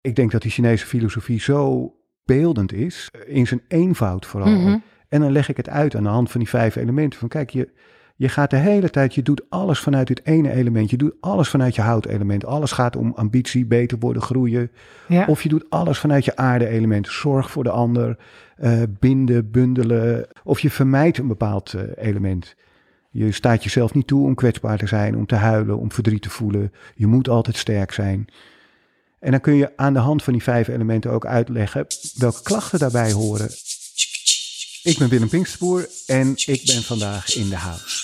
Ik denk dat die Chinese filosofie zo beeldend is, in zijn eenvoud vooral. Mm-hmm. En dan leg ik het uit aan de hand van die 5 elementen. Van kijk, je gaat de hele tijd, je doet alles vanuit dit ene element. Je doet alles vanuit je houtelement. Alles gaat om ambitie, beter worden, groeien. Ja. Of je doet alles vanuit je aarde-element. Zorg voor de ander, binden, bundelen. Of je vermijdt een bepaald element. Je staat jezelf niet toe om kwetsbaar te zijn, om te huilen, om verdriet te voelen. Je moet altijd sterk zijn. En dan kun je aan de hand van die 5 elementen ook uitleggen welke klachten daarbij horen. Ik ben Willem Pinksterboer en ik ben vandaag in de house.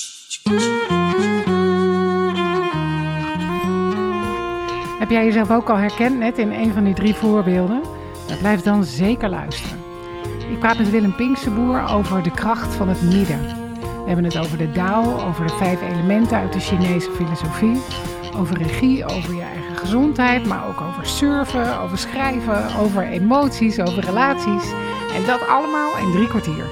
Heb jij jezelf ook al herkend net in een van die 3 voorbeelden? Nou, blijf dan zeker luisteren. Ik praat met Willem Pinksterboer over de kracht van het midden. We hebben het over de Dao, over de 5 elementen uit de Chinese filosofie, over regie, over je eigen gezondheid, maar ook over surfen, over schrijven, over emoties, over relaties. En dat allemaal in 3 kwartier.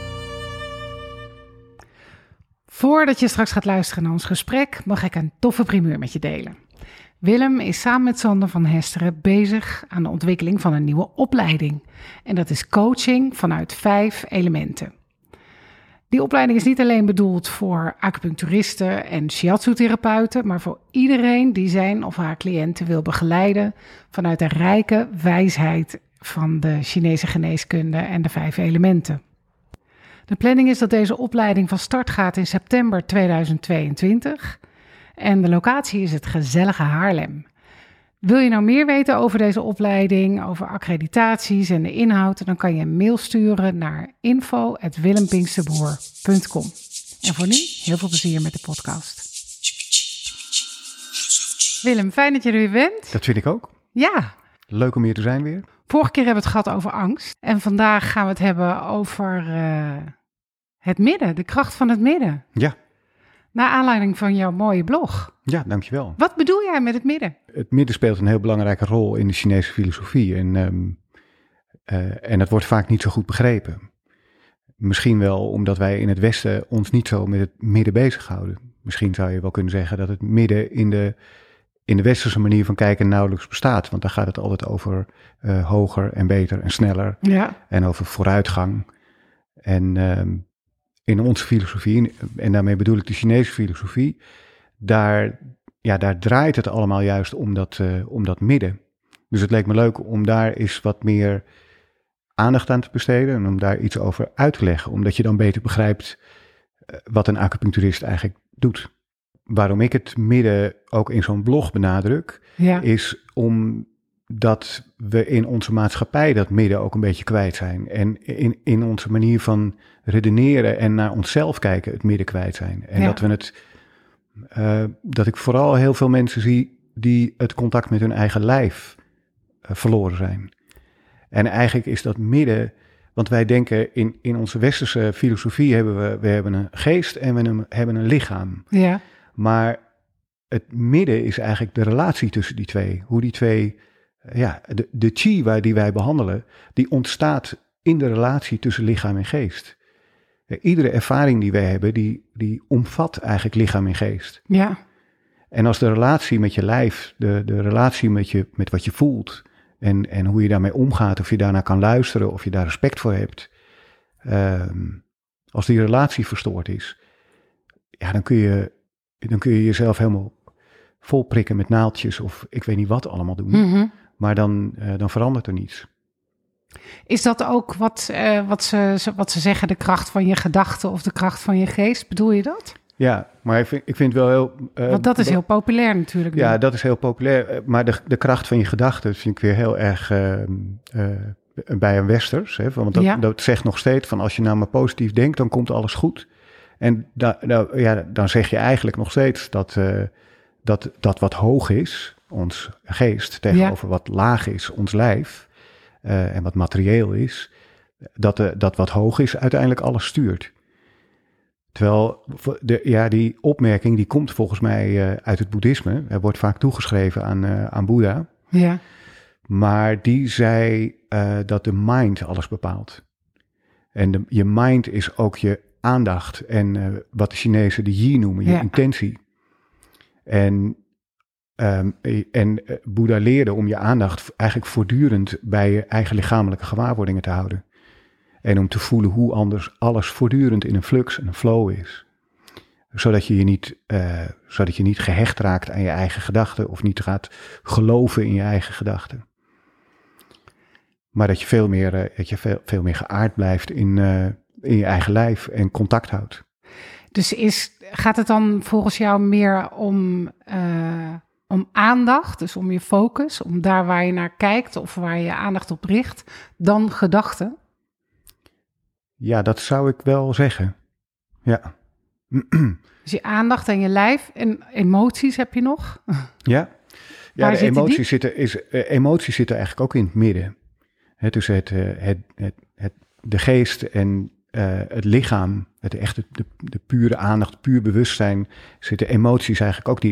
Voordat je straks gaat luisteren naar ons gesprek, mag ik een toffe primeur met je delen. Willem is samen met Sander van Hesteren bezig aan de ontwikkeling van een nieuwe opleiding. En dat is coaching vanuit 5 elementen. Die opleiding is niet alleen bedoeld voor acupuncturisten en shiatsu-therapeuten, maar voor iedereen die zijn of haar cliënten wil begeleiden vanuit de rijke wijsheid van de Chinese geneeskunde en de 5 elementen. De planning is dat deze opleiding van start gaat in september 2022 en de locatie is het gezellige Haarlem. Wil je nou meer weten over deze opleiding, over accreditaties en de inhoud, dan kan je een mail sturen naar info@willempinksterboer.com. En voor nu, heel veel plezier met de podcast. Willem, fijn dat je er weer bent. Dat vind ik ook. Ja. Leuk om hier te zijn weer. Vorige keer hebben we het gehad over angst. En vandaag gaan we het hebben over het midden, de kracht van het midden. Ja. Naar aanleiding van jouw mooie blog. Ja, dankjewel. Wat bedoel jij met het midden? Het midden speelt een heel belangrijke rol in de Chinese filosofie. En dat wordt vaak niet zo goed begrepen. Misschien wel omdat wij in het Westen ons niet zo met het midden bezighouden. Misschien zou je wel kunnen zeggen dat het midden in de westerse manier van kijken nauwelijks bestaat. Want dan gaat het altijd over hoger en beter en sneller. Ja. En over vooruitgang. En in onze filosofie, en daarmee bedoel ik de Chinese filosofie, daar draait het allemaal juist om dat midden. Dus het leek me leuk om daar eens wat meer aandacht aan te besteden en om daar iets over uit te leggen. Omdat je dan beter begrijpt wat een acupuncturist eigenlijk doet. Waarom ik het midden ook in zo'n blog benadruk, is omdat we in onze maatschappij dat midden ook een beetje kwijt zijn. En in onze manier van redeneren en naar onszelf kijken het midden kwijt zijn. En dat ik vooral heel veel mensen zie die het contact met hun eigen lijf verloren zijn. En eigenlijk is dat midden, want wij denken in onze westerse filosofie hebben we hebben een geest en we hebben een lichaam. Ja. Maar het midden is eigenlijk de relatie tussen die twee. Hoe die twee, de chi die wij behandelen, die ontstaat in de relatie tussen lichaam en geest. Iedere ervaring die wij hebben, die omvat eigenlijk lichaam en geest. Ja. En als de relatie met je lijf, de relatie met wat je voelt en hoe je daarmee omgaat, of je daarnaar kan luisteren, of je daar respect voor hebt. Als die relatie verstoord is, dan kun je jezelf helemaal vol prikken met naaldjes of ik weet niet wat allemaal doen. Mm-hmm. Maar dan verandert er niets. Is dat ook wat ze zeggen, de kracht van je gedachten of de kracht van je geest? Bedoel je dat? Ja, maar ik vind wel heel... Want dat is heel populair natuurlijk. Ja, nu. dat is heel populair. Maar de kracht van je gedachten vind ik weer heel erg bij een westers. Hè, want dat zegt nog steeds van als je nou maar positief denkt, dan komt alles goed. En dan zeg je eigenlijk nog steeds dat wat hoog is, ons geest, tegenover wat laag is, ons lijf, en wat materieel is, dat wat hoog is uiteindelijk alles stuurt. Terwijl die opmerking die komt volgens mij uit het boeddhisme. Er wordt vaak toegeschreven aan Boeddha. Ja. Maar die zei dat de mind alles bepaalt. En je mind is ook je aandacht en wat de Chinezen de yi noemen, je intentie. En Boeddha leerde om je aandacht eigenlijk voortdurend bij je eigen lichamelijke gewaarwordingen te houden. En om te voelen hoe anders alles voortdurend in een flux en een flow is. Zodat je niet gehecht raakt aan je eigen gedachten of niet gaat geloven in je eigen gedachten. Maar dat je veel meer geaard blijft in je eigen lijf en contact houdt. Dus gaat het dan volgens jou meer om aandacht, dus om je focus, om daar waar je naar kijkt of waar je je aandacht op richt, dan gedachten? Ja, dat zou ik wel zeggen. Ja. Dus je aandacht en je lijf en emoties heb je nog? Ja, de emoties zitten eigenlijk ook in het midden. Dus de geest en het lichaam, de pure aandacht, puur bewustzijn, zitten emoties eigenlijk ook.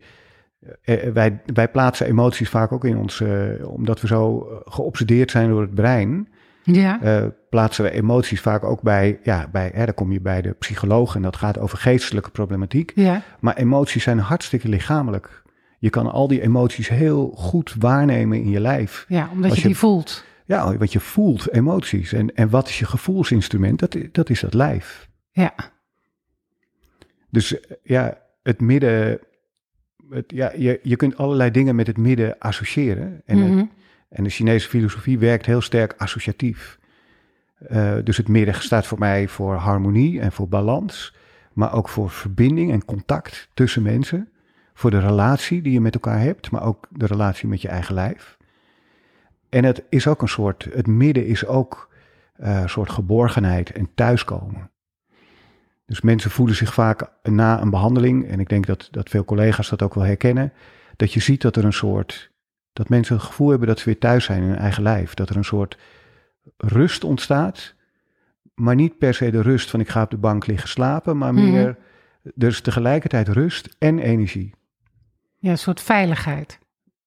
Wij plaatsen emoties vaak ook in ons, omdat we zo geobsedeerd zijn door het brein. Ja. Plaatsen we emoties vaak ook dan kom je bij de psycholoog en dat gaat over geestelijke problematiek. Ja. Maar emoties zijn hartstikke lichamelijk. Je kan al die emoties heel goed waarnemen in je lijf. Ja, omdat je die voelt. Ja, wat je voelt, emoties. En wat is je gevoelsinstrument? Dat is dat lijf. Ja. Dus het midden... Je kunt allerlei dingen met het midden associëren. En de Chinese filosofie werkt heel sterk associatief. Dus het midden staat voor mij voor harmonie en voor balans. Maar ook voor verbinding en contact tussen mensen. Voor de relatie die je met elkaar hebt. Maar ook de relatie met je eigen lijf. En het midden is ook een soort geborgenheid en thuiskomen. Dus mensen voelen zich vaak na een behandeling, en ik denk dat veel collega's dat ook wel herkennen, dat je ziet dat mensen het gevoel hebben dat ze weer thuis zijn in hun eigen lijf. Dat er een soort rust ontstaat, maar niet per se de rust van ik ga op de bank liggen slapen, maar meer, er is tegelijkertijd rust en energie. Ja, een soort veiligheid.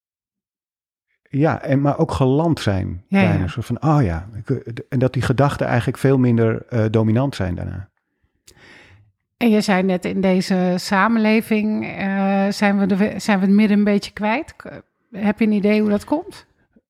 Ja, maar ook geland zijn. Ja. Een soort van, en dat die gedachten eigenlijk veel minder dominant zijn daarna. En je zei net, in deze samenleving zijn we het midden een beetje kwijt. Heb je een idee hoe dat komt?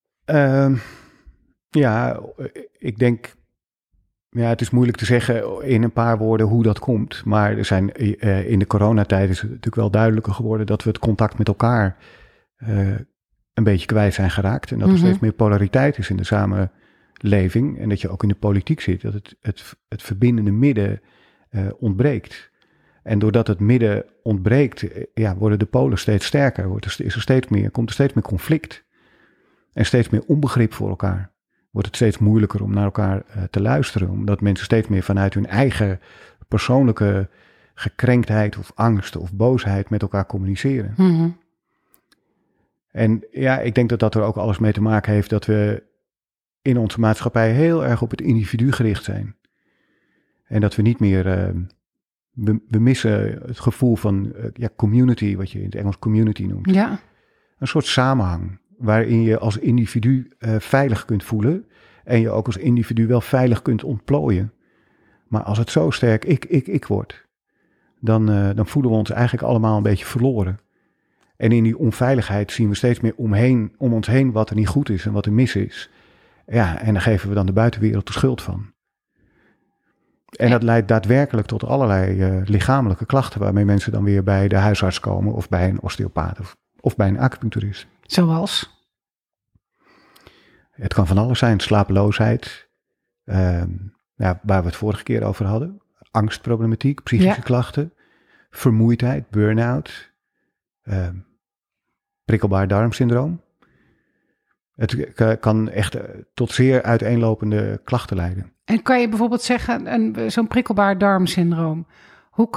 Ik denk, het is moeilijk te zeggen in een paar woorden hoe dat komt. Maar er zijn in de coronatijd is het natuurlijk wel duidelijker geworden dat we het contact met elkaar een beetje kwijt zijn geraakt. En dat er steeds meer polariteit is in de samenleving. En dat je ook in de politiek zit. Dat het verbindende midden ontbreekt. En doordat het midden ontbreekt, worden de polen steeds sterker. Komt er steeds meer conflict. En steeds meer onbegrip voor elkaar. Wordt het steeds moeilijker om naar elkaar te luisteren. Omdat mensen steeds meer vanuit hun eigen persoonlijke gekrenktheid of angst of boosheid met elkaar communiceren. Mm-hmm. En ik denk dat er ook alles mee te maken heeft dat we in onze maatschappij heel erg op het individu gericht zijn. En dat we niet meer, we missen het gevoel van community, wat je in het Engels community noemt. Ja. Een soort samenhang, waarin je als individu veilig kunt voelen en je ook als individu wel veilig kunt ontplooien. Maar als het zo sterk ik wordt, dan voelen we ons eigenlijk allemaal een beetje verloren. En in die onveiligheid zien we steeds meer om ons heen wat er niet goed is en wat er mis is. Ja, en daar geven we dan de buitenwereld de schuld van. En dat leidt daadwerkelijk tot allerlei lichamelijke klachten, waarmee mensen dan weer bij de huisarts komen of bij een osteopaat of bij een acupuncturist. Zoals? Het kan van alles zijn. Slapeloosheid, waar we het vorige keer over hadden. Angstproblematiek, psychische klachten, vermoeidheid, burn-out, prikkelbaar darmsyndroom. Het kan echt tot zeer uiteenlopende klachten leiden. En kan je bijvoorbeeld zeggen, zo'n prikkelbaar darmsyndroom, hoe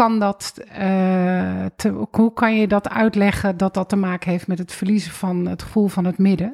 kan je dat uitleggen dat te maken heeft met het verliezen van het gevoel van het midden?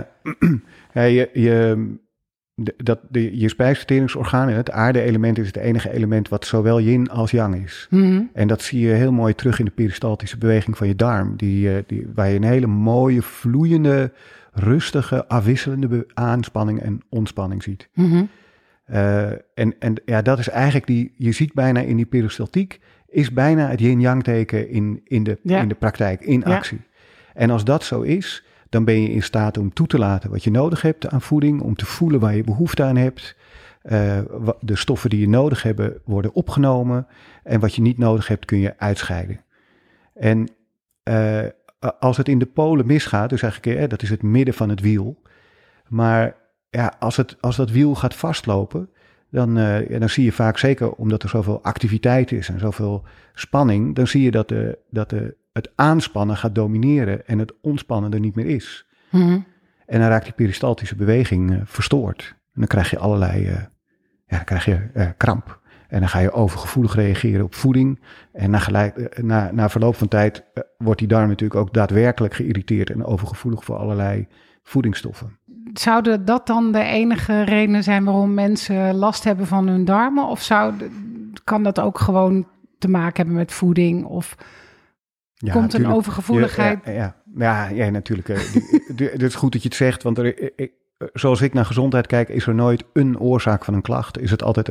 Je spijsverteringsorgaan, het aarde-element, is het enige element wat zowel yin als yang is. Mm-hmm. En dat zie je heel mooi terug in de peristaltische beweging van je darm, waar je een hele mooie, vloeiende, rustige, afwisselende aanspanning en ontspanning ziet. Mm-hmm. Dat is eigenlijk je ziet bijna in die peristaltiek, is bijna het yin-yang teken in de praktijk, in actie. En als dat zo is, dan ben je in staat om toe te laten wat je nodig hebt aan voeding, om te voelen waar je behoefte aan hebt. De stoffen die je nodig hebt worden opgenomen en wat je niet nodig hebt kun je uitscheiden. En als het in de polen misgaat, dus eigenlijk dat is het midden van het wiel. Maar ja, als dat wiel gaat vastlopen, dan zie je vaak, zeker omdat er zoveel activiteit is en zoveel spanning, dan zie je dat het aanspannen gaat domineren en het ontspannen er niet meer is. Mm-hmm. En dan raakt die peristaltische beweging verstoord. En dan krijg je allerlei kramp. En dan ga je overgevoelig reageren op voeding. En na verloop van tijd wordt die darm natuurlijk ook daadwerkelijk geïrriteerd en overgevoelig voor allerlei voedingsstoffen. Zouden dat dan de enige redenen zijn waarom mensen last hebben van hun darmen? Of kan dat ook gewoon te maken hebben met voeding? Of komt een overgevoeligheid? Ja, natuurlijk. Het is goed dat je het zegt, want zoals ik naar gezondheid kijk, is er nooit een oorzaak van een klacht. Is het altijd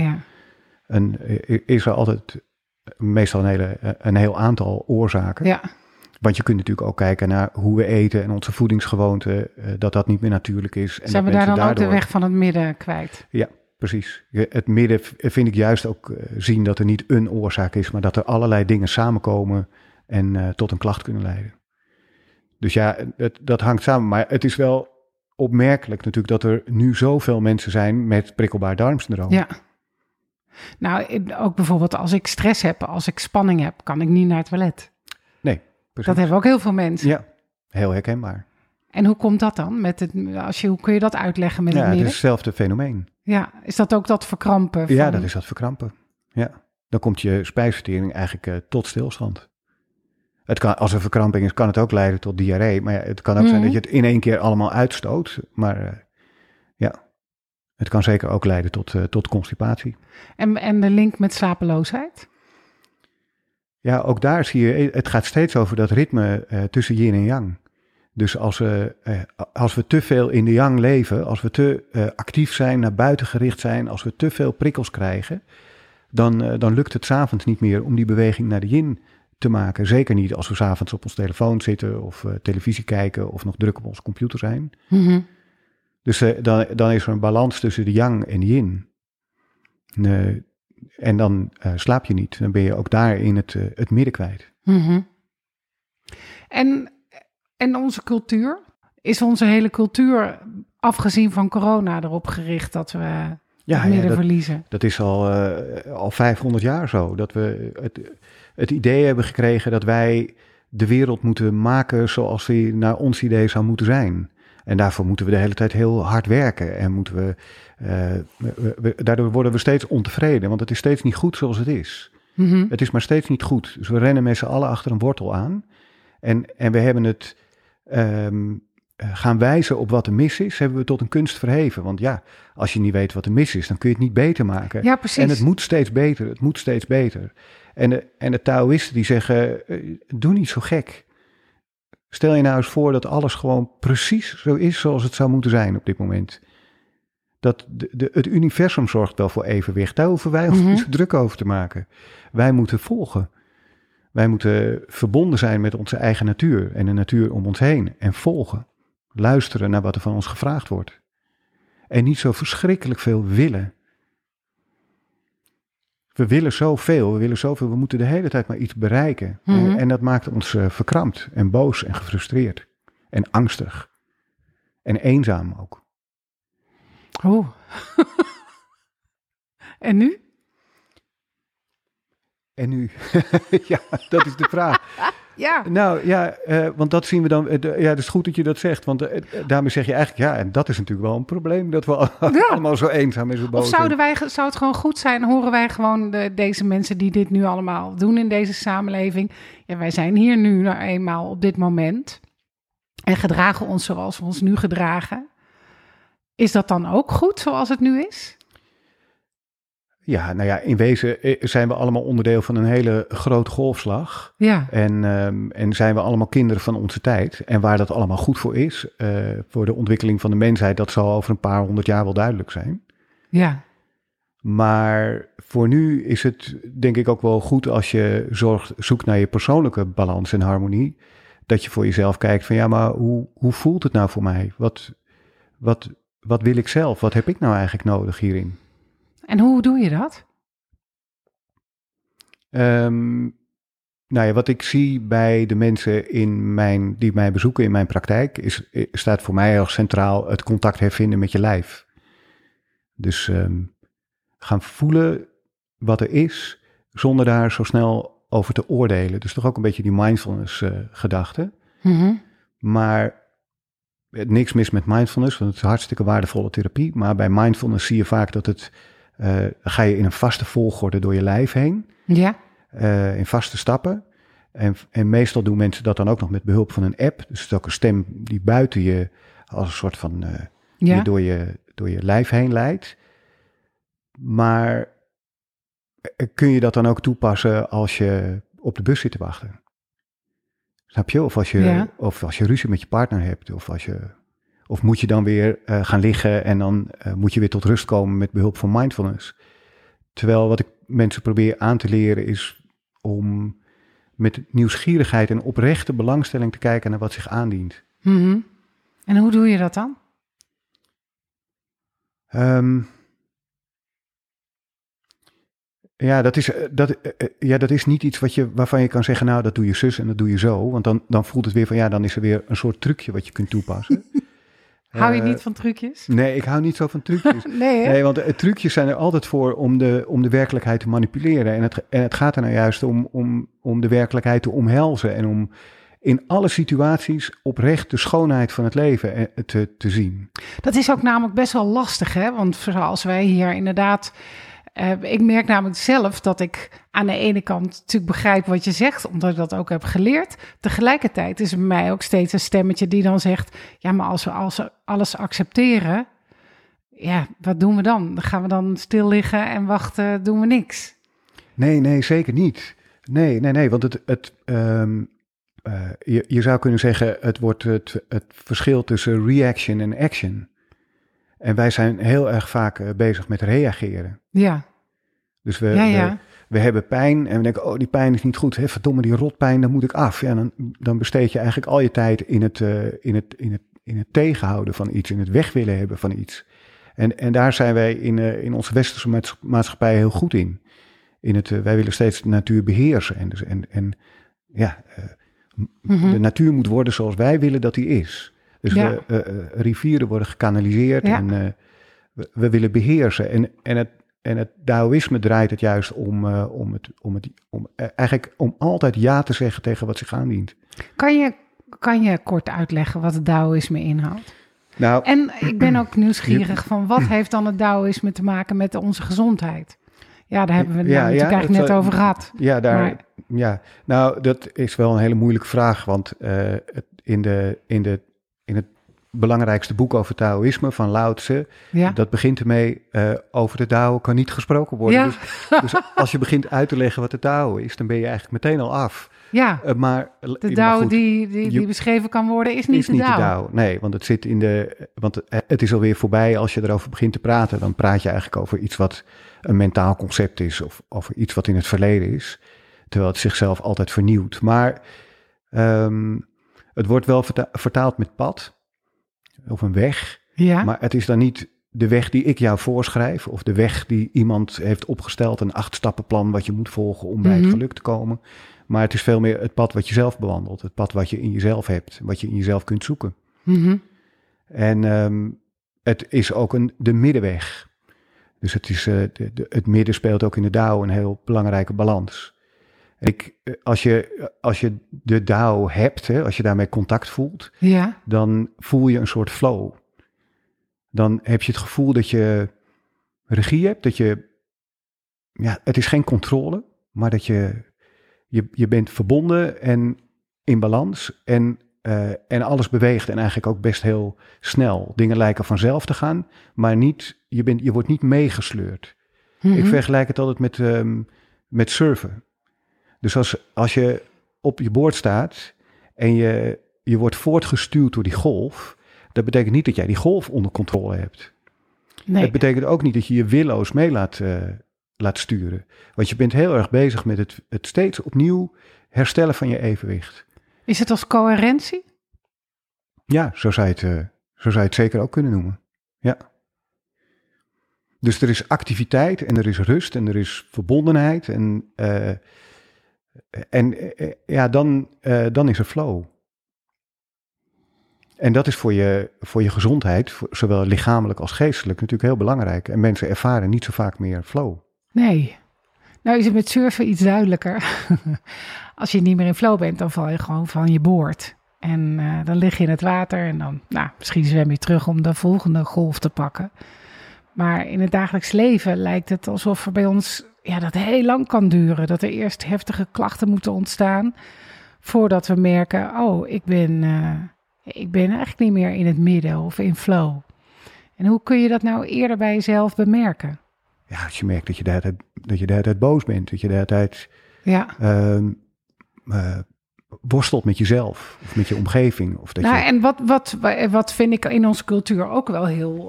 is er altijd meestal een heel aantal oorzaken. Ja. Want je kunt natuurlijk ook kijken naar hoe we eten en onze voedingsgewoonten, dat niet meer natuurlijk is. En zijn we daar dan ook de weg van het midden kwijt? Ja, precies. Het midden vind ik juist ook zien dat er niet een oorzaak is, maar dat er allerlei dingen samenkomen en tot een klacht kunnen leiden. Dus ja, dat hangt samen. Maar het is wel opmerkelijk natuurlijk dat er nu zoveel mensen zijn met prikkelbaar darmsyndroom. Ja. Nou, ook bijvoorbeeld als ik stress heb, als ik spanning heb, kan ik niet naar het toilet. Nee, precies. Dat hebben ook heel veel mensen. Ja, heel herkenbaar. En hoe komt dat dan? Hoe kun je dat uitleggen met het midden? Ja, het is hetzelfde fenomeen. Ja, is dat ook dat verkrampen? Ja, dat is dat verkrampen. Ja, dan komt je spijsvertering eigenlijk tot stilstand. Het kan, als er verkramping is, kan het ook leiden tot diarree. Maar ja, het kan ook zijn dat je het in één keer allemaal uitstoot. Maar het kan zeker ook leiden tot constipatie. En de link met slapeloosheid? Ja, ook daar zie je, het gaat steeds over dat ritme tussen yin en yang. Dus als we te veel in de yang leven, als we te actief zijn, naar buiten gericht zijn, als we te veel prikkels krijgen, dan lukt het 's avonds niet meer om die beweging naar de yin te maken. Zeker niet als we 's avonds op ons telefoon zitten of televisie kijken of nog druk op onze computer zijn. Mm-hmm. Dus dan is er een balans tussen de yang en de yin. En dan slaap je niet. Dan ben je ook daarin het midden kwijt. Mm-hmm. En onze cultuur? Is onze hele cultuur, afgezien van corona, erop gericht dat we het midden verliezen? Dat is al 500 jaar zo. Dat we het idee hebben gekregen dat wij de wereld moeten maken zoals die naar ons idee zou moeten zijn. En daarvoor moeten we de hele tijd heel hard werken. En moeten daardoor worden we steeds ontevreden. Want het is steeds niet goed zoals het is. Mm-hmm. Het is maar steeds niet goed. Dus we rennen met z'n allen achter een wortel aan. En we hebben het gaan wijzen op wat er mis is, hebben we tot een kunst verheven. Want ja, als je niet weet wat er mis is, dan kun je het niet beter maken. Ja, precies. En het moet steeds beter, het moet steeds beter. En de Taoïsten die zeggen, doe niet zo gek. Stel je nou eens voor dat alles gewoon precies zo is zoals het zou moeten zijn op dit moment. Dat het universum zorgt wel voor evenwicht. Daar hoeven wij ons niet zo druk over te maken. Wij moeten volgen. Wij moeten verbonden zijn met onze eigen natuur en de natuur om ons heen. En volgen. Luisteren naar wat er van ons gevraagd wordt. En niet zo verschrikkelijk veel willen. We willen zoveel, we moeten de hele tijd maar iets bereiken. Mm-hmm. En dat maakt ons verkrampt en boos en gefrustreerd. En angstig. En eenzaam ook. Oh. En nu? En nu? Ja, dat is de vraag. Ja. Nou ja, want dat zien we dan. Ja, het is goed dat je dat zegt. Want daarmee zeg je eigenlijk, ja, en dat is natuurlijk wel een probleem. Dat we allemaal zo eenzaam en zo boos zijn. Of zou het gewoon goed zijn? Horen wij gewoon deze mensen die dit nu allemaal doen in deze samenleving? Ja, wij zijn hier nu nou eenmaal op dit moment. En gedragen ons zoals we ons nu gedragen. Is dat dan ook goed zoals het nu is? Ja, nou ja, in wezen zijn we allemaal onderdeel van een hele grote golfslag. Ja. En zijn we allemaal kinderen van onze tijd. En waar dat allemaal goed voor is, voor de ontwikkeling van de mensheid, dat zal over een paar 100 jaar wel duidelijk zijn. Ja. Maar voor nu is het denk ik ook wel goed als je zoekt naar je persoonlijke balans en harmonie. dat je voor jezelf kijkt van ja, maar hoe voelt het nou voor mij? Wat wil ik zelf? Wat heb ik nou eigenlijk nodig hierin? En hoe doe je dat? Nou ja, wat ik zie bij de mensen die mij bezoeken in mijn praktijk, staat voor mij heel centraal het contact hervinden met je lijf. Dus gaan voelen wat er is, zonder daar zo snel over te oordelen. Dus toch ook een beetje die mindfulness gedachte. Mm-hmm. Maar niks mis met mindfulness, want het is hartstikke waardevolle therapie. Maar bij mindfulness zie je vaak dat ga je in een vaste volgorde door je lijf heen. Ja. In vaste stappen. En meestal doen mensen dat dan ook nog met behulp van een app. Dus het is ook een stem die buiten je als een soort van je door je lijf heen leidt. Maar kun je dat dan ook toepassen als je op de bus zit te wachten? Snap je? Of als je ruzie met je partner hebt. Of moet je dan weer gaan liggen en dan moet je weer tot rust komen met behulp van mindfulness. Terwijl wat ik mensen probeer aan te leren is om met nieuwsgierigheid en oprechte belangstelling te kijken naar wat zich aandient. Mm-hmm. En hoe doe je dat dan? Dat is niet iets waarvan je kan zeggen, nou, dat doe je zus en dat doe je zo. Want dan voelt het weer van, ja, dan is er weer een soort trucje wat je kunt toepassen. Hou je niet van trucjes? Nee, ik hou niet zo van trucjes. Nee, want trucjes zijn er altijd voor om de werkelijkheid te manipuleren. En het gaat er nou juist om de werkelijkheid te omhelzen. En om in alle situaties oprecht de schoonheid van het leven te zien. Dat is ook namelijk best wel lastig, hè? Want zoals wij hier inderdaad... ik merk namelijk zelf dat ik aan de ene kant natuurlijk begrijp wat je zegt, omdat ik dat ook heb geleerd. Tegelijkertijd is er bij mij ook steeds een stemmetje die dan zegt, ja, maar als we alles accepteren, ja, wat doen we dan? Dan gaan we dan stil liggen en wachten, doen we niks. Nee, zeker niet. Nee, want je zou kunnen zeggen, het wordt het verschil tussen reaction en action. En wij zijn heel erg vaak bezig met reageren. Ja. Dus we hebben pijn en we denken, oh, die pijn is niet goed. Hè, verdomme, die rotpijn, daar moet ik af. Ja, dan besteed je eigenlijk al je tijd in het tegenhouden van iets, in het weg willen hebben van iets. En daar zijn wij in onze westerse maatschappij heel goed in. Wij willen steeds de natuur beheersen. De natuur moet worden zoals wij willen dat die is. Dus rivieren worden gekanaliseerd en we willen beheersen. En het Taoïsme draait het juist om altijd ja te zeggen tegen wat zich aandient. Kan je kort uitleggen wat het Taoïsme inhoudt? Nou, En ik ben ook nieuwsgierig van wat heeft dan het Taoïsme te maken met onze gezondheid? Ja, daar hebben we het natuurlijk eigenlijk net over gehad. Nou, dat is wel een hele moeilijke vraag, want in het belangrijkste boek over Taoïsme van Lao Tse, dat begint ermee, over de Tao kan niet gesproken worden. Ja. Dus als je begint uit te leggen wat de Tao is, dan ben je eigenlijk meteen al af. Ja, maar de Tao die beschreven kan worden is niet de Tao. Nee, want het is alweer voorbij als je erover begint te praten. Dan praat je eigenlijk over iets wat een mentaal concept is of over iets wat in het verleden is. Terwijl het zichzelf altijd vernieuwt. Maar het wordt wel vertaald met pad of een weg. Ja. Maar het is dan niet de weg die ik jou voorschrijf of de weg die iemand heeft opgesteld, een 8-stappenplan wat je moet volgen om bij het geluk te komen. Maar het is veel meer het pad wat je zelf bewandelt. Het pad wat je in jezelf hebt, wat je in jezelf kunt zoeken. Mm-hmm. En het is ook de middenweg. Dus het midden speelt ook in de Tao een heel belangrijke balans. Als je de Tao hebt, hè, als je daarmee contact voelt, dan voel je een soort flow. Dan heb je het gevoel dat je regie hebt, het is geen controle, maar dat je bent verbonden en in balans en alles beweegt en eigenlijk ook best heel snel. Dingen lijken vanzelf te gaan, maar je wordt niet meegesleurd. Mm-hmm. Ik vergelijk het altijd met surfen. Dus als je op je boord staat en je wordt voortgestuwd door die golf, dat betekent niet dat jij die golf onder controle hebt. Nee. Het betekent ook niet dat je je willoos mee laat sturen. Want je bent heel erg bezig met het steeds opnieuw herstellen van je evenwicht. Is het als coherentie? Ja, zo zou je het zeker ook kunnen noemen. Ja. Dus er is activiteit en er is rust en er is verbondenheid. Dan is er flow. En dat is voor je gezondheid, zowel lichamelijk als geestelijk, natuurlijk heel belangrijk. En mensen ervaren niet zo vaak meer flow. Nee. Nou is het met surfen iets duidelijker. Als je niet meer in flow bent, dan val je gewoon van je boord. En dan lig je in het water en dan misschien zwem je terug om de volgende golf te pakken. Maar in het dagelijks leven lijkt het alsof er bij ons dat heel lang kan duren. Dat er eerst heftige klachten moeten ontstaan voordat we merken, ik ben eigenlijk niet meer in het midden of in flow. En hoe kun je dat nou eerder bij jezelf bemerken? Ja, als je merkt dat je de hele tijd boos bent, dat je de hele tijd worstelt met jezelf of met je omgeving. Of dat en wat vind ik in onze cultuur ook wel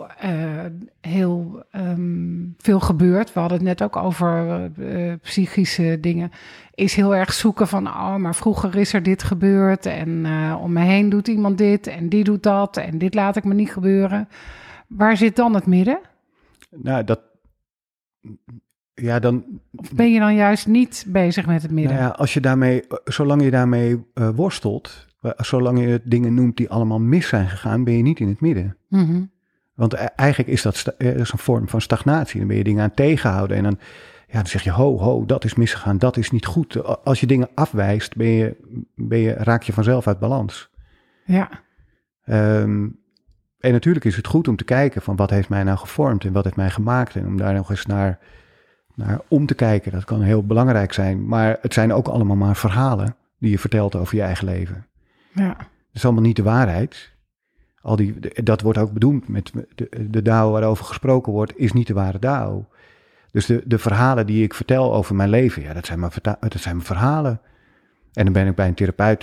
heel veel gebeurt. We hadden het net ook over psychische dingen. Is heel erg zoeken van, maar vroeger is er dit gebeurd. En om me heen doet iemand dit en die doet dat. En dit laat ik me niet gebeuren. Waar zit dan het midden? Nou, Of ben je dan juist niet bezig met het midden? Nou ja, zolang je daarmee worstelt, zolang je dingen noemt die allemaal mis zijn gegaan, ben je niet in het midden. Mm-hmm. Want eigenlijk is dat is een vorm van stagnatie. Dan ben je dingen aan het tegenhouden en dan zeg je, ho, dat is misgegaan, dat is niet goed. Als je dingen afwijst, raak je vanzelf uit balans. Ja. En natuurlijk is het goed om te kijken van wat heeft mij nou gevormd en wat heeft mij gemaakt. En om daar nog eens naar om te kijken. Dat kan heel belangrijk zijn. Maar het zijn ook allemaal maar verhalen die je vertelt over je eigen leven. Ja. Dat is allemaal niet de waarheid. Dat wordt ook bedoeld met de Dao waarover gesproken wordt, is niet de ware Dao. Dus de verhalen die ik vertel over mijn leven, dat zijn mijn verhalen. En dan ben ik bij een therapeut,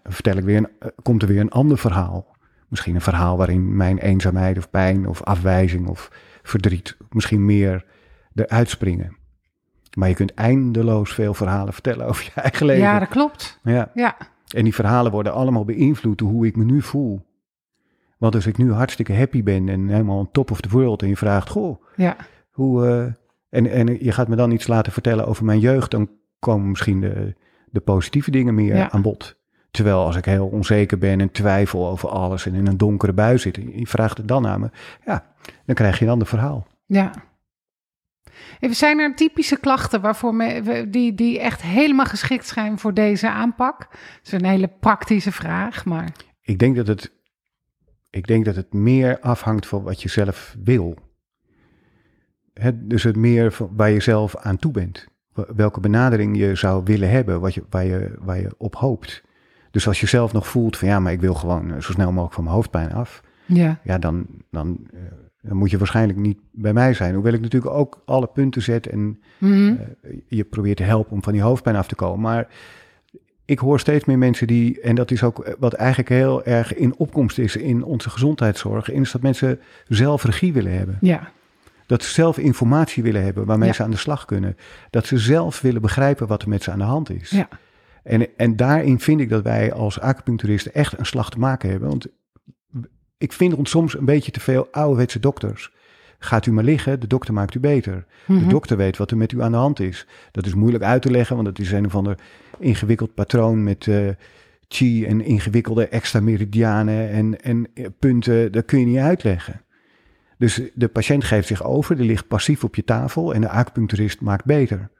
komt er weer een ander verhaal. Misschien een verhaal waarin mijn eenzaamheid of pijn of afwijzing of verdriet misschien meer eruit springen. Maar je kunt eindeloos veel verhalen vertellen over je eigen leven. Ja, dat klopt. Ja. En die verhalen worden allemaal beïnvloed door hoe ik me nu voel. Want als ik nu hartstikke happy ben en helemaal on top of the world en je vraagt, hoe... En je gaat me dan iets laten vertellen over mijn jeugd, dan komen misschien de positieve dingen meer aan bod. Terwijl als ik heel onzeker ben en twijfel over alles en in een donkere bui zit, en je vraagt het dan aan me, dan krijg je een ander verhaal. Ja. Even, zijn er typische klachten die echt helemaal geschikt zijn voor deze aanpak? Dat is een hele praktische vraag, maar... Ik denk dat het meer afhangt van wat je zelf wil. Dus het meer waar je zelf aan toe bent. Welke benadering je zou willen hebben, waar je op hoopt. Dus als je zelf nog voelt van maar ik wil gewoon zo snel mogelijk van mijn hoofdpijn af. Ja, dan moet je waarschijnlijk niet bij mij zijn. Hoewel ik natuurlijk ook alle punten zet en je probeert te helpen om van die hoofdpijn af te komen. Maar ik hoor steeds meer mensen en dat is ook wat eigenlijk heel erg in opkomst is in onze gezondheidszorg, is dat mensen zelf regie willen hebben. Ja. Dat ze zelf informatie willen hebben waarmee ze aan de slag kunnen. Dat ze zelf willen begrijpen wat er met ze aan de hand is. Ja. En daarin vind ik dat wij als acupuncturisten echt een slag te maken hebben. Want ik vind ons soms een beetje te veel ouderwetse dokters. Gaat u maar liggen, de dokter maakt u beter. De dokter weet wat er met u aan de hand is. Dat is moeilijk uit te leggen, want het is een of ander ingewikkeld patroon met chi en ingewikkelde extra meridianen en punten. Dat kun je niet uitleggen. Dus de patiënt geeft zich over, die ligt passief op je tafel en de acupuncturist maakt beter.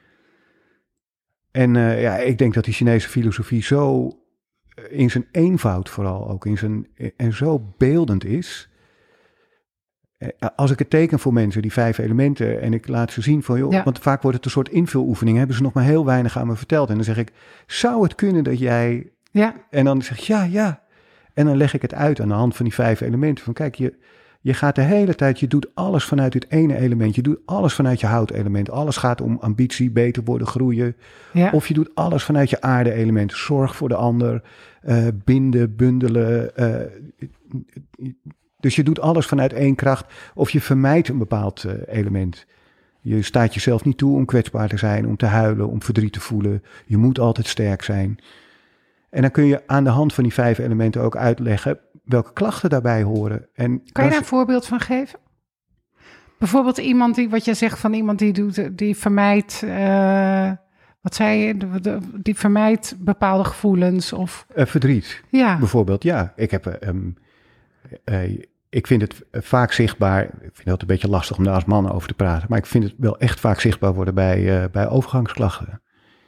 En ik denk dat die Chinese filosofie zo in zijn eenvoud vooral ook en zo beeldend is. Als ik het teken voor mensen, die 5 elementen, en ik laat ze zien van want vaak wordt het een soort invuloefening, hebben ze nog maar heel weinig aan me verteld. En dan zeg ik, zou het kunnen dat jij... Ja. En dan zeg ik, ja. En dan leg ik het uit aan de hand van die 5 elementen. Van kijk, je gaat de hele tijd, je doet alles vanuit dit ene element. Je doet alles vanuit je houtelement. Alles gaat om ambitie, beter worden, groeien. Ja. Of je doet alles vanuit je aarde-element. Zorg voor de ander, binden, bundelen. Dus je doet alles vanuit één kracht. Of je vermijdt een bepaald element. Je staat jezelf niet toe om kwetsbaar te zijn, om te huilen, om verdriet te voelen. Je moet altijd sterk zijn. En dan kun je aan de hand van die 5 elementen ook uitleggen welke klachten daarbij horen. En Kan je dat daar een voorbeeld van geven? Bijvoorbeeld iemand die, wat jij zegt van iemand die vermijdt, wat zei je, die vermijdt bepaalde gevoelens of... verdriet, Ja, bijvoorbeeld. Ja, ik vind het vaak zichtbaar. Ik vind het een beetje lastig om daar als man over te praten. Maar ik vind het wel echt vaak zichtbaar worden bij overgangsklachten.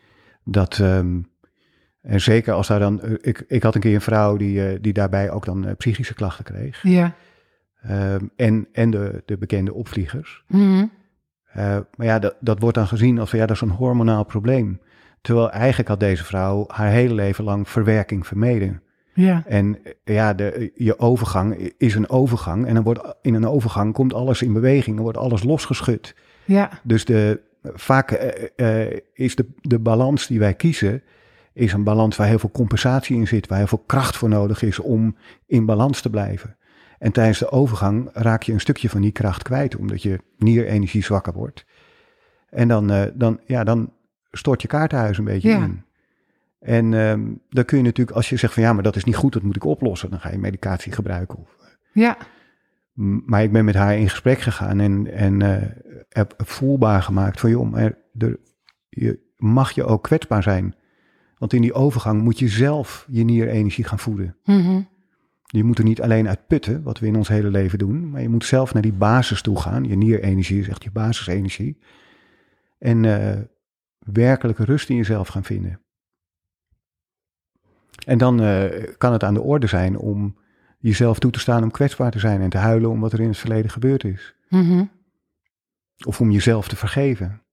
En zeker als daar dan... Ik had een keer een vrouw die daarbij ook dan psychische klachten kreeg. ja. En de bekende opvliegers. Mhm. Maar ja, dat wordt dan gezien als dat is een hormonaal probleem. Terwijl eigenlijk had deze vrouw haar hele leven lang verwerking vermeden. Ja, En ja, je overgang is een overgang. En dan wordt in een overgang komt alles in beweging. Dan wordt alles losgeschud. ja, Dus vaak is de balans die wij kiezen... is een balans waar heel veel compensatie in zit. Waar heel veel kracht voor nodig is om in balans te blijven. En tijdens de overgang raak je een stukje van die kracht kwijt. Omdat je nierenergie zwakker wordt. En dan stort je kaartenhuis een beetje in. En dan kun je natuurlijk, als je zegt van ja, maar dat is niet goed, dat moet ik oplossen. Dan ga je medicatie gebruiken. ja, Maar ik ben met haar in gesprek gegaan en heb voelbaar gemaakt van joh, mag je ook kwetsbaar zijn. Want in die overgang moet je zelf je nierenergie gaan voeden. mhm. Je moet er niet alleen uit putten, wat we in ons hele leven doen. Maar je moet zelf naar die basis toe gaan. Je nierenergie is echt je basisenergie. En werkelijke rust in jezelf gaan vinden. En dan kan het aan de orde zijn om jezelf toe te staan om kwetsbaar te zijn en te huilen om wat er in het verleden gebeurd is. Mhm. Of om jezelf te vergeven.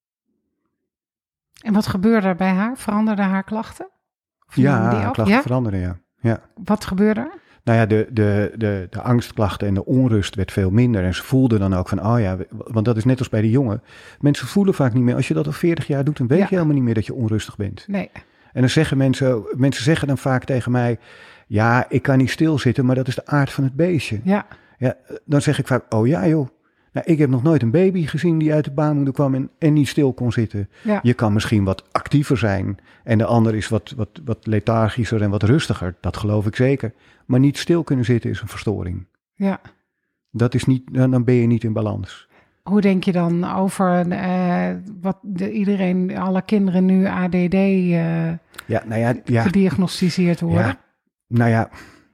En wat gebeurde er bij haar? Veranderden haar klachten? Of namen die af? Klachten Ja? veranderen, ja. Wat gebeurde er? Nou ja, de angstklachten en de onrust werd veel minder. En ze voelden dan ook van, want dat is net als bij de jongen. Mensen voelen vaak niet meer, als je dat al 40 jaar doet, dan weet je helemaal niet meer dat je onrustig bent. Nee. En dan zeggen mensen zeggen dan vaak tegen mij, ja, ik kan niet stilzitten, maar dat is de aard van het beestje. Ja. Ja, dan zeg ik vaak, oh ja joh. Nou, ik heb nog nooit een baby gezien die uit de baarmoeder kwam en niet stil kon zitten. Ja. Je kan misschien wat actiever zijn en de ander is wat lethargischer en wat rustiger. Dat geloof ik zeker. Maar niet stil kunnen zitten is een verstoring. Ja. Dat is niet, dan ben je niet in balans. Hoe denk je dan over iedereen, alle kinderen nu ADD gediagnosticeerd worden? Ja,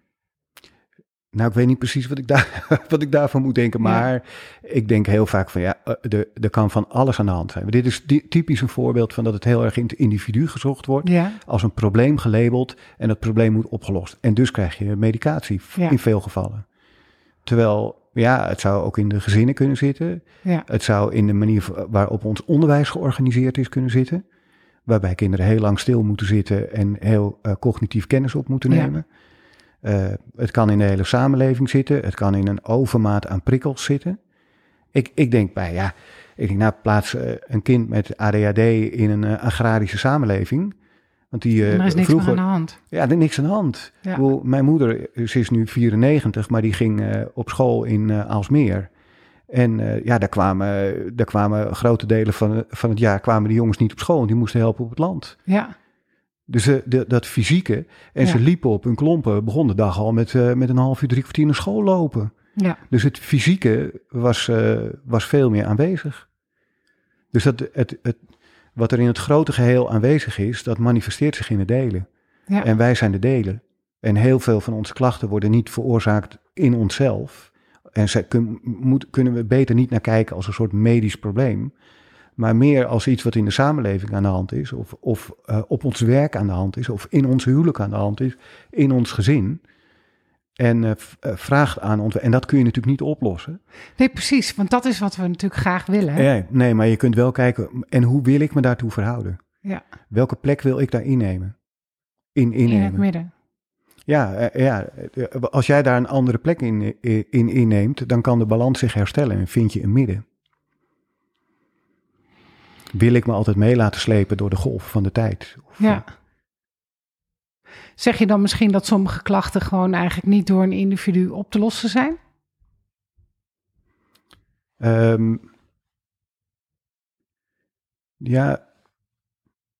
nou, ik weet niet precies wat ik daarvan moet denken. Maar ik denk heel vaak van er kan van alles aan de hand zijn. Dit is typisch een voorbeeld van dat het heel erg in het individu gezocht wordt. Ja. Als een probleem gelabeld en dat probleem moet opgelost. En dus krijg je medicatie in veel gevallen. Terwijl, het zou ook in de gezinnen kunnen zitten. Ja. Het zou in de manier waarop ons onderwijs georganiseerd is kunnen zitten. Waarbij kinderen heel lang stil moeten zitten en heel cognitief kennis op moeten nemen. Het kan in de hele samenleving zitten. Het kan in een overmaat aan prikkels zitten. Ik denk plaats een kind met ADHD in een agrarische samenleving. Want er is niks meer aan de hand. Ja, er is niks aan de hand. Ja. Mijn moeder, ze is nu 94, maar die ging op school in Aalsmeer. En daar kwamen grote delen van het jaar kwamen de jongens niet op school. En die moesten helpen op het land. Ja. Dus dat fysieke. En ze liepen op hun klompen. Begon de dag al met een half uur, 3 kwartier naar school lopen. Ja. Dus het fysieke was veel meer aanwezig. Dus wat er in het grote geheel aanwezig is, dat manifesteert zich in de delen. Ja. En wij zijn de delen. En heel veel van onze klachten worden niet veroorzaakt in onszelf. En kunnen we beter niet naar kijken als een soort medisch probleem. Maar meer als iets wat in de samenleving aan de hand is. Of op ons werk aan de hand is. Of in ons huwelijk aan de hand is. In ons gezin. En vraagt aan ons. En dat kun je natuurlijk niet oplossen. Nee, precies. Want dat is wat we natuurlijk graag willen. Nee, maar je kunt wel kijken. En hoe wil ik me daartoe verhouden? Ja. Welke plek wil ik daar innemen? In het midden. Ja, als jij daar een andere plek in inneemt. Dan kan de balans zich herstellen. En vind je een midden. Wil ik me altijd mee laten slepen door de golf van de tijd? Zeg je dan misschien dat sommige klachten gewoon eigenlijk niet door een individu op te lossen zijn?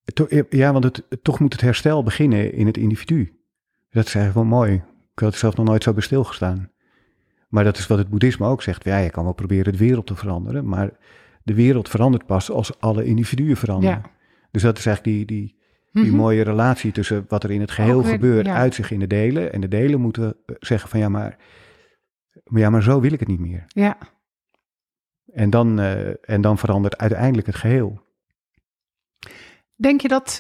Want toch moet het herstel beginnen in het individu. Dat is eigenlijk wel mooi. Ik had er zelf nog nooit zo bij stilgestaan. Maar dat is wat het boeddhisme ook zegt. Ja, je kan wel proberen de wereld te veranderen, maar de wereld verandert pas als alle individuen veranderen. Ja. Dus dat is eigenlijk die mooie relatie tussen wat er in het geheel gebeurt, uit zich in de delen. En de delen moeten zeggen van maar zo wil ik het niet meer. Ja. En dan verandert uiteindelijk het geheel. Denk je dat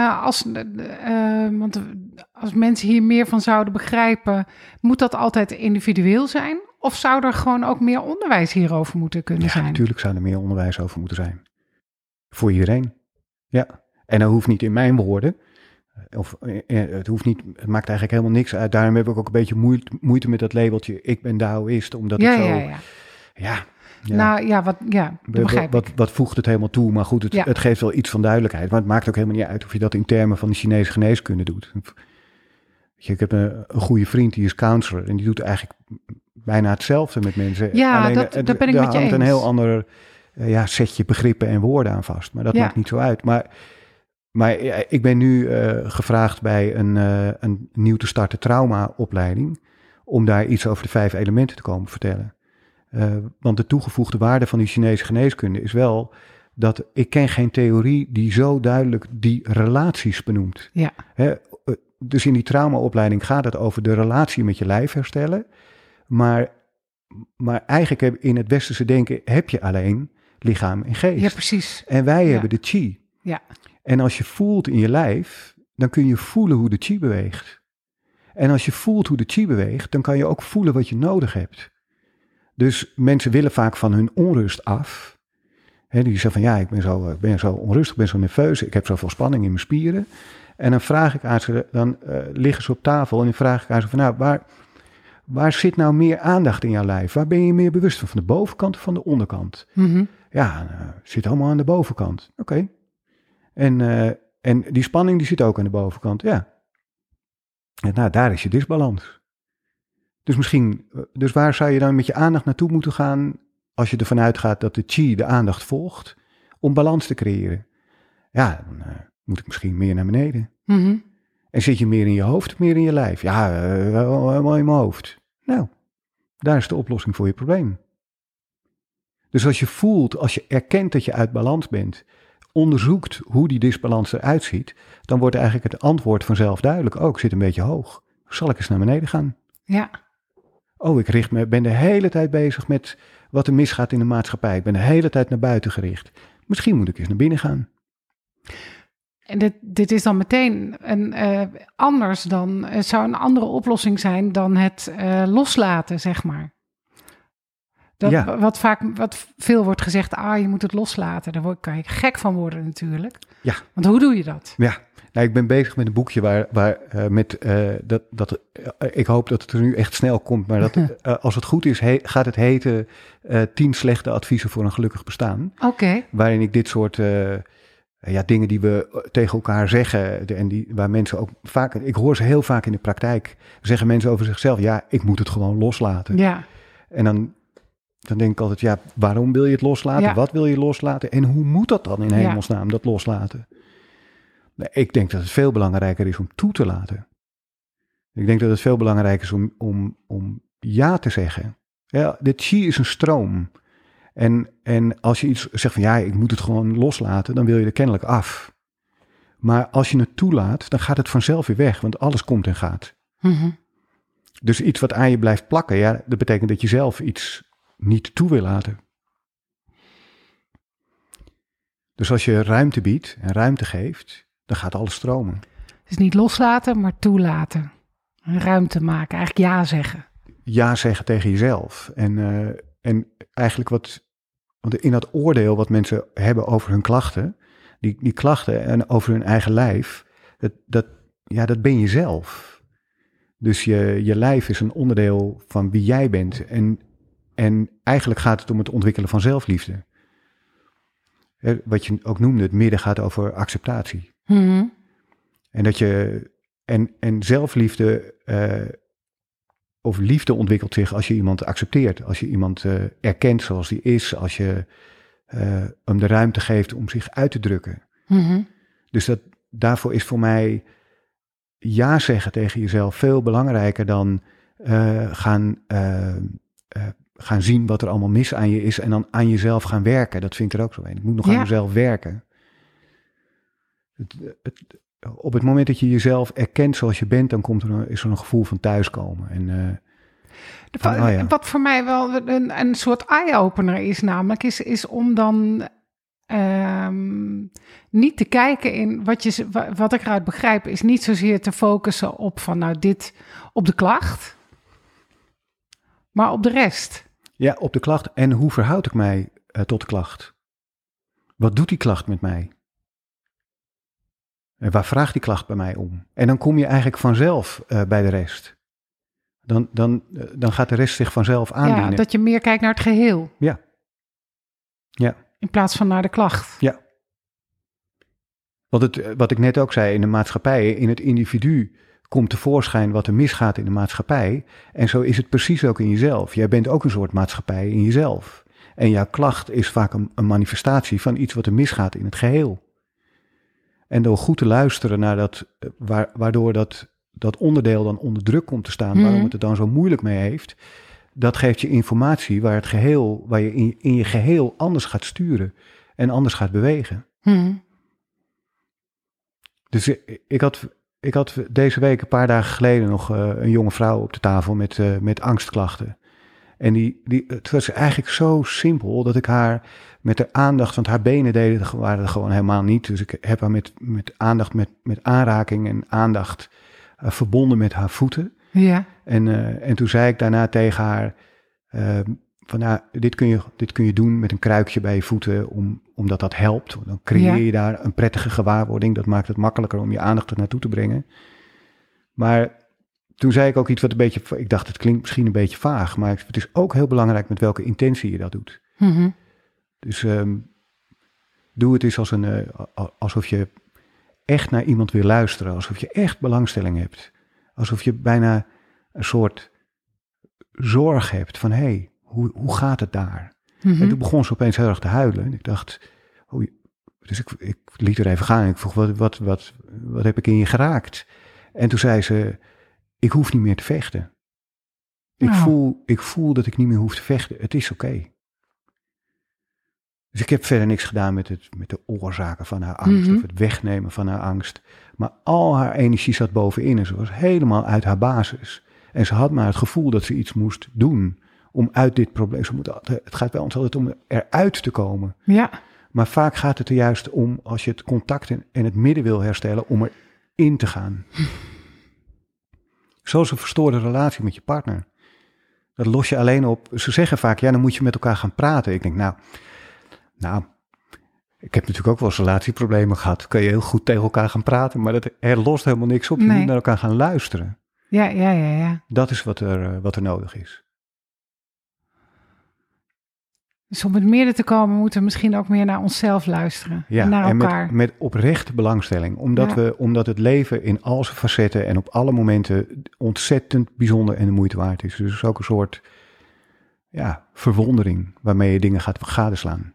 want als mensen hier meer van zouden begrijpen, moet dat altijd individueel zijn? Of zou er gewoon ook meer onderwijs hierover moeten kunnen zijn? Ja, natuurlijk zou er meer onderwijs over moeten zijn. Voor iedereen. Ja. En dat hoeft niet in mijn woorden. Het maakt eigenlijk helemaal niks uit. Daarom heb ik ook een beetje moeite met dat labeltje. Ik ben Taoïst, omdat het zo... Ja. Nou ja, begrijp ik. Wat voegt het helemaal toe? Maar goed, het geeft wel iets van duidelijkheid. Maar het maakt ook helemaal niet uit of je dat in termen van de Chinese geneeskunde doet. Ik heb een goede vriend, die is counselor. En die doet eigenlijk bijna hetzelfde met mensen. Ja, alleen, dat ben ik met je eens. Daar hangt een heel ander setje begrippen en woorden aan vast. Maar dat maakt niet zo uit. Maar ik ben nu gevraagd bij een nieuw te starten traumaopleiding om daar iets over de 5 elementen te komen vertellen. Want de toegevoegde waarde van die Chinese geneeskunde is wel dat ik ken geen theorie die zo duidelijk die relaties benoemt. Ja. Dus in die traumaopleiding gaat het over de relatie met je lijf herstellen. Maar eigenlijk in het westerse denken heb je alleen lichaam en geest. Ja, precies. En wij hebben de chi. Ja. En als je voelt in je lijf, dan kun je voelen hoe de chi beweegt. En als je voelt hoe de chi beweegt, dan kan je ook voelen wat je nodig hebt. Dus mensen willen vaak van hun onrust af. Die zeggen van ik ben zo onrustig, ik ben zo nerveus, ik heb zoveel spanning in mijn spieren. En dan vraag ik aan ze, dan liggen ze op tafel en dan vraag ik aan ze van waar zit nou meer aandacht in jouw lijf? Waar ben je meer bewust van de bovenkant of van de onderkant? Mm-hmm. Ja, het zit allemaal aan de bovenkant. Oké. En die spanning die zit ook aan de bovenkant, ja. En daar is je disbalans. Dus waar zou je dan met je aandacht naartoe moeten gaan als je ervan uitgaat dat de chi de aandacht volgt om balans te creëren? Ja, dan moet ik misschien meer naar beneden. Mm-hmm. En zit je meer in je hoofd of meer in je lijf? Ja, helemaal in mijn hoofd. Nou, daar is de oplossing voor je probleem. Dus als je erkent dat je uit balans bent, onderzoekt hoe die disbalans eruit ziet, dan wordt eigenlijk het antwoord vanzelf duidelijk. Ik zit een beetje hoog. Zal ik eens naar beneden gaan? Ja. Ik ben de hele tijd bezig met wat er misgaat in de maatschappij. Ik ben de hele tijd naar buiten gericht. Misschien moet ik eens naar binnen gaan. En dit is dan meteen anders dan... Het zou een andere oplossing zijn dan het loslaten, zeg maar. Wat veel wordt gezegd, je moet het loslaten. Daar kan je gek van worden natuurlijk. Ja. Want hoe doe je dat? Ja. Nou, ik ben bezig met een boekje ik hoop dat het er nu echt snel komt, maar als het goed is, gaat het heten 10 slechte adviezen voor een gelukkig bestaan. Oké. Waarin ik dit soort dingen die we tegen elkaar zeggen en waar mensen ook vaak, ik hoor ze heel vaak in de praktijk, zeggen mensen over zichzelf, ik moet het gewoon loslaten. Ja. En dan denk ik altijd, waarom wil je het loslaten? Ja. Wat wil je loslaten? En hoe moet dat dan in hemelsnaam, dat loslaten? Ik denk dat het veel belangrijker is om toe te laten. Ik denk dat het veel belangrijker is om ja te zeggen. Ja, de chi is een stroom. En als je iets zegt van ik moet het gewoon loslaten, dan wil je er kennelijk af. Maar als je het toelaat, dan gaat het vanzelf weer weg, want alles komt en gaat. Mm-hmm. Dus iets wat aan je blijft plakken, dat betekent dat je zelf iets niet toe wil laten. Dus als je ruimte biedt en ruimte geeft, dan gaat alles stromen. Dus niet loslaten, maar toelaten. Ruimte maken, eigenlijk ja zeggen. Ja zeggen tegen jezelf. En eigenlijk want in dat oordeel wat mensen hebben over hun klachten, die klachten en over hun eigen lijf, dat ben je zelf. Dus je lijf is een onderdeel van wie jij bent. En eigenlijk gaat het om het ontwikkelen van zelfliefde. Wat je ook noemde, het midden gaat over acceptatie. Mm-hmm. En dat je en zelfliefde of liefde ontwikkelt zich als je iemand accepteert, als je iemand erkent zoals die is, als je hem de ruimte geeft om zich uit te drukken. Mm-hmm. Dus daarvoor is voor mij ja zeggen tegen jezelf veel belangrijker dan gaan zien wat er allemaal mis aan je is en dan aan jezelf gaan werken. Dat vind ik er ook zo een. Ik moet nog aan mezelf werken. Op het moment dat je jezelf erkent zoals je bent, dan is er een gevoel van thuiskomen. En, Wat voor mij wel een soort eye-opener is namelijk, is om dan niet te kijken in wat ik eruit begrijp, is niet zozeer te focussen op op de klacht, maar op de rest. Ja, op de klacht. En hoe verhoud ik mij tot de klacht? Wat doet die klacht met mij? En waar vraagt die klacht bij mij om? En dan kom je eigenlijk vanzelf bij de rest. Dan gaat de rest zich vanzelf aandienen. Ja, dat je meer kijkt naar het geheel. Ja. In plaats van naar de klacht. Ja. Want wat ik net ook zei, in de maatschappij, in het individu komt tevoorschijn wat er misgaat in de maatschappij. En zo is het precies ook in jezelf. Jij bent ook een soort maatschappij in jezelf. En jouw klacht is vaak een manifestatie van iets wat er misgaat in het geheel. En door goed te luisteren naar waardoor dat onderdeel dan onder druk komt te staan, waarom het er dan zo moeilijk mee heeft, dat geeft je informatie waar je in je geheel anders gaat sturen en anders gaat bewegen. Dus ik had deze week, een paar dagen geleden, nog een jonge vrouw op de tafel met angstklachten. En het was eigenlijk zo simpel dat ik haar met de aandacht, want haar benen waren er gewoon helemaal niet. Dus ik heb haar met aandacht, met aanraking en aandacht verbonden met haar voeten. Ja. En toen zei ik daarna tegen haar, dit kun je doen met een kruikje bij je voeten, omdat dat helpt. Dan creëer je daar een prettige gewaarwording. Dat maakt het makkelijker om je aandacht er naartoe te brengen. Maar toen zei ik ook iets wat ik dacht, het klinkt misschien een beetje vaag, maar het is ook heel belangrijk met welke intentie je dat doet. Mm-hmm. Dus doe het eens alsof je echt naar iemand wil luisteren, alsof je echt belangstelling hebt. Alsof je bijna een soort zorg hebt van, hé, hoe gaat het daar? Mm-hmm. En toen begon ze opeens heel erg te huilen. En ik dacht, dus ik liet er even gaan. Ik vroeg, wat heb ik in je geraakt? En toen zei ze, ik hoef niet meer te vechten. Ik voel dat ik niet meer hoef te vechten. Het is oké. Dus ik heb verder niks gedaan met de oorzaken van haar angst, of het wegnemen van haar angst. Maar al haar energie zat bovenin en ze was helemaal uit haar basis. En ze had maar het gevoel dat ze iets moest doen om uit dit probleem. Het gaat bij ons altijd om eruit te komen. Ja. Maar vaak gaat het er juist om, als je het contact en het midden wil herstellen, om erin te gaan. Zoals een verstoorde relatie met je partner. Dat los je alleen op. Ze zeggen vaak, dan moet je met elkaar gaan praten. Ik denk, nou, ik heb natuurlijk ook wel eens relatieproblemen gehad. Kun je heel goed tegen elkaar gaan praten, maar er lost helemaal niks op. Je moet naar elkaar gaan luisteren. Ja. Dat is wat er nodig is. Dus om het midden te komen, moeten we misschien ook meer naar onszelf luisteren. Ja, en naar elkaar. Met oprechte belangstelling. Omdat het leven in al zijn facetten en op alle momenten ontzettend bijzonder en de moeite waard is. Dus het is ook een soort verwondering waarmee je dingen gaat gadeslaan.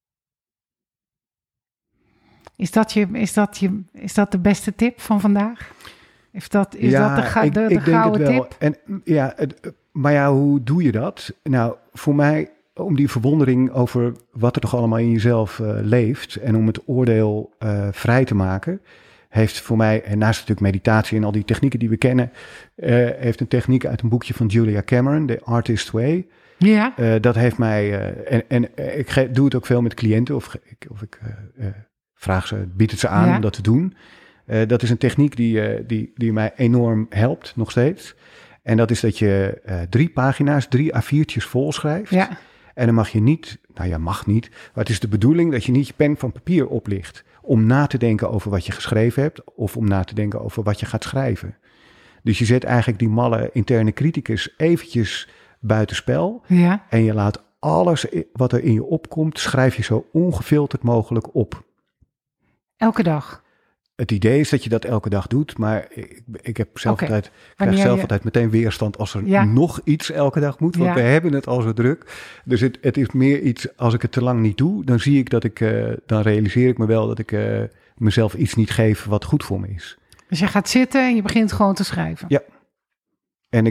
Is dat de beste tip van vandaag? Is dat de gouden tip? Maar hoe doe je dat? Nou, voor mij, om die verwondering over wat er toch allemaal in jezelf leeft en om het oordeel vrij te maken, heeft voor mij, en naast natuurlijk meditatie en al die technieken die we kennen, heeft een techniek uit een boekje van Julia Cameron, The Artist Way. Ja. Dat heeft mij, ik doe het ook veel met cliënten of ik bied het ze aan om dat te doen. Dat is een techniek die mij enorm helpt, nog steeds. En dat is dat je 3 pagina's, 3 A4'tjes vol schrijft. Ja. En dan mag je niet, mag niet, maar het is de bedoeling dat je niet je pen van papier oplicht om na te denken over wat je geschreven hebt of om na te denken over wat je gaat schrijven. Dus je zet eigenlijk die malle interne criticus eventjes buitenspel. Ja. En je laat alles wat er in je opkomt, schrijf je zo ongefilterd mogelijk op. Elke dag? Het idee is dat je dat elke dag doet, maar ik heb zelf altijd meteen weerstand als er nog iets elke dag moet, want we hebben het al zo druk. Dus het is meer iets, als ik het te lang niet doe, dan zie ik dan realiseer ik me wel mezelf iets niet geven wat goed voor me is. Dus je gaat zitten en je begint gewoon te schrijven. Ja. En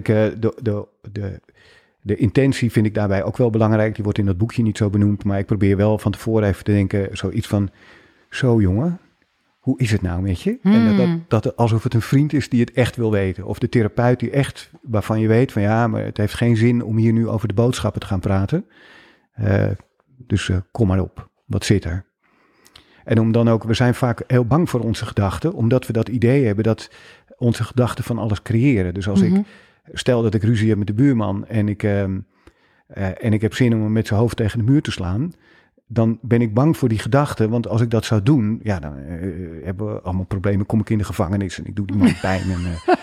de intentie vind ik daarbij ook wel belangrijk. Die wordt in dat boekje niet zo benoemd. Maar ik probeer wel van tevoren even te denken. Zoiets van, zo jongen, hoe is het nou met je? En dat alsof het een vriend is die het echt wil weten. Of de therapeut die echt, waarvan je weet van ja, maar het heeft geen zin om hier nu over de boodschappen te gaan praten. Dus kom maar op, wat zit er? En om dan ook, we zijn vaak heel bang voor onze gedachten, omdat we dat idee hebben dat onze gedachten van alles creëren. Dus als ik, stel dat ik ruzie heb met de buurman en ik heb zin om hem met zijn hoofd tegen de muur te slaan, dan ben ik bang voor die gedachten. Want als ik dat zou doen, ja, dan hebben we allemaal problemen. Kom ik in de gevangenis en ik doe die man pijn. En,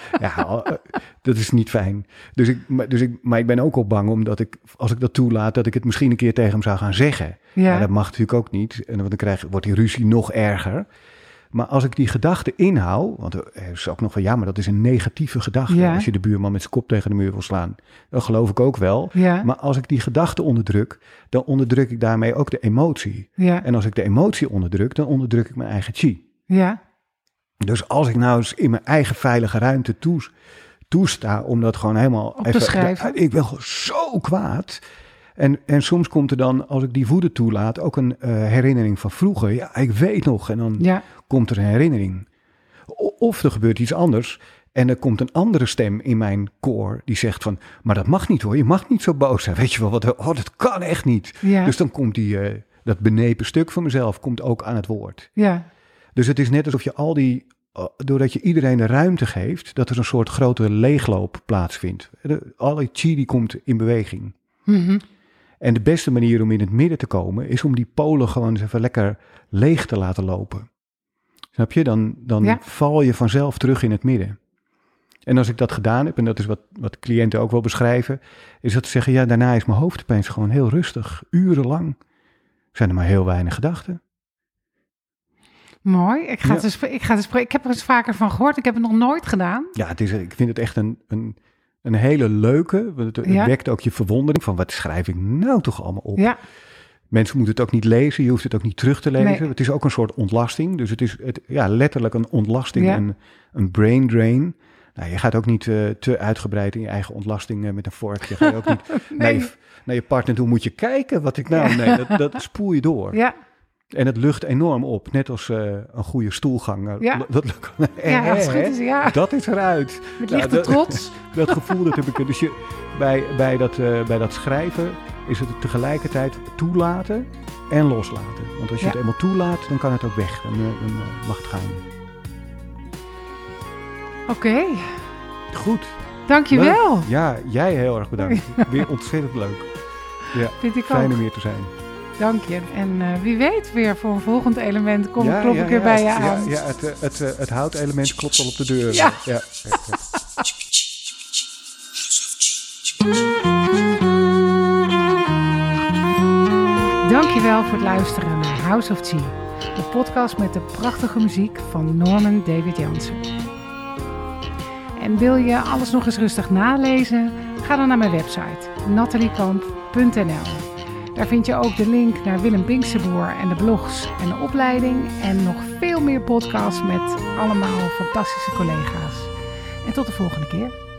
dat is niet fijn. Maar ik ben ook al bang, omdat als ik dat toelaat, dat ik het misschien een keer tegen hem zou gaan zeggen. Ja. Dat mag natuurlijk ook niet. En dan wordt die ruzie nog erger. Maar als ik die gedachte inhoud, want er is ook nog van, ja, maar dat is een negatieve gedachte. Ja. Als je de buurman met zijn kop tegen de muur wil slaan. Dat geloof ik ook wel. Ja. Maar als ik die gedachte onderdruk, dan onderdruk ik daarmee ook de emotie. Ja. En als ik de emotie onderdruk, dan onderdruk ik mijn eigen chi. Ja. Dus als ik nou eens in mijn eigen veilige ruimte toesta om dat gewoon helemaal op te schrijven. Ik ben gewoon zo kwaad. En soms komt er dan, als ik die woede toelaat, ook een herinnering van vroeger. Ja, ik weet nog. En dan komt er een herinnering. Of er gebeurt iets anders. En er komt een andere stem in mijn koor die zegt van, maar dat mag niet hoor. Je mag niet zo boos zijn. Weet je wel, dat kan echt niet. Ja. Dus dan komt dat benepen stuk van mezelf komt ook aan het woord. Ja. Dus het is net alsof je doordat je iedereen de ruimte geeft, dat er een soort grote leegloop plaatsvindt. Alle chi die komt in beweging. Mm-hmm. En de beste manier om in het midden te komen is om die polen gewoon eens even lekker leeg te laten lopen. Snap je? Dan val je vanzelf terug in het midden. En als ik dat gedaan heb, en dat is wat cliënten ook wel beschrijven, is dat ze zeggen, ja, daarna is mijn hoofd opeens gewoon heel rustig. Urenlang zijn er maar heel weinig gedachten. Mooi. Ik heb er eens vaker van gehoord. Ik heb het nog nooit gedaan. Ja, ik vind het echt een hele leuke. Het wekt ook je verwondering van, wat schrijf ik nou toch allemaal op? Ja. Mensen moeten het ook niet lezen. Je hoeft het ook niet terug te lezen. Nee. Het is ook een soort ontlasting. Dus het is letterlijk een ontlasting en een brain drain. Nou, je gaat ook niet te uitgebreid in je eigen ontlasting met een vorkje. Ga je ook niet naar je partner toe. Moet je kijken wat ik nou... Nee, dat spoel je door. Ja. En het lucht enorm op. Net als een goede stoelgang. Dat is eruit. Met lichte trots. Dat gevoel, dat heb ik. Dus bij dat schrijven is het tegelijkertijd toelaten en loslaten. Want als je het eenmaal toelaat, dan kan het ook weg. Dan mag het gaan. Oké. Goed. Dankjewel. Leuk. Ja, jij heel erg bedankt. Weer ontzettend leuk. Ja, vind ik fijn ook. om hier te zijn. Dank je. En wie weet weer voor een volgend element klop ik weer bij je aan. Ja, het houtelement klopt al op de deur. Ja. Dankjewel voor het luisteren naar House of Chi. De podcast met de prachtige muziek van Norman David Jansen. En wil je alles nog eens rustig nalezen? Ga dan naar mijn website nataliekamp.nl. Daar vind je ook de link naar Willem Binkseboer en de blogs en de opleiding. En nog veel meer podcasts met allemaal fantastische collega's. En tot de volgende keer.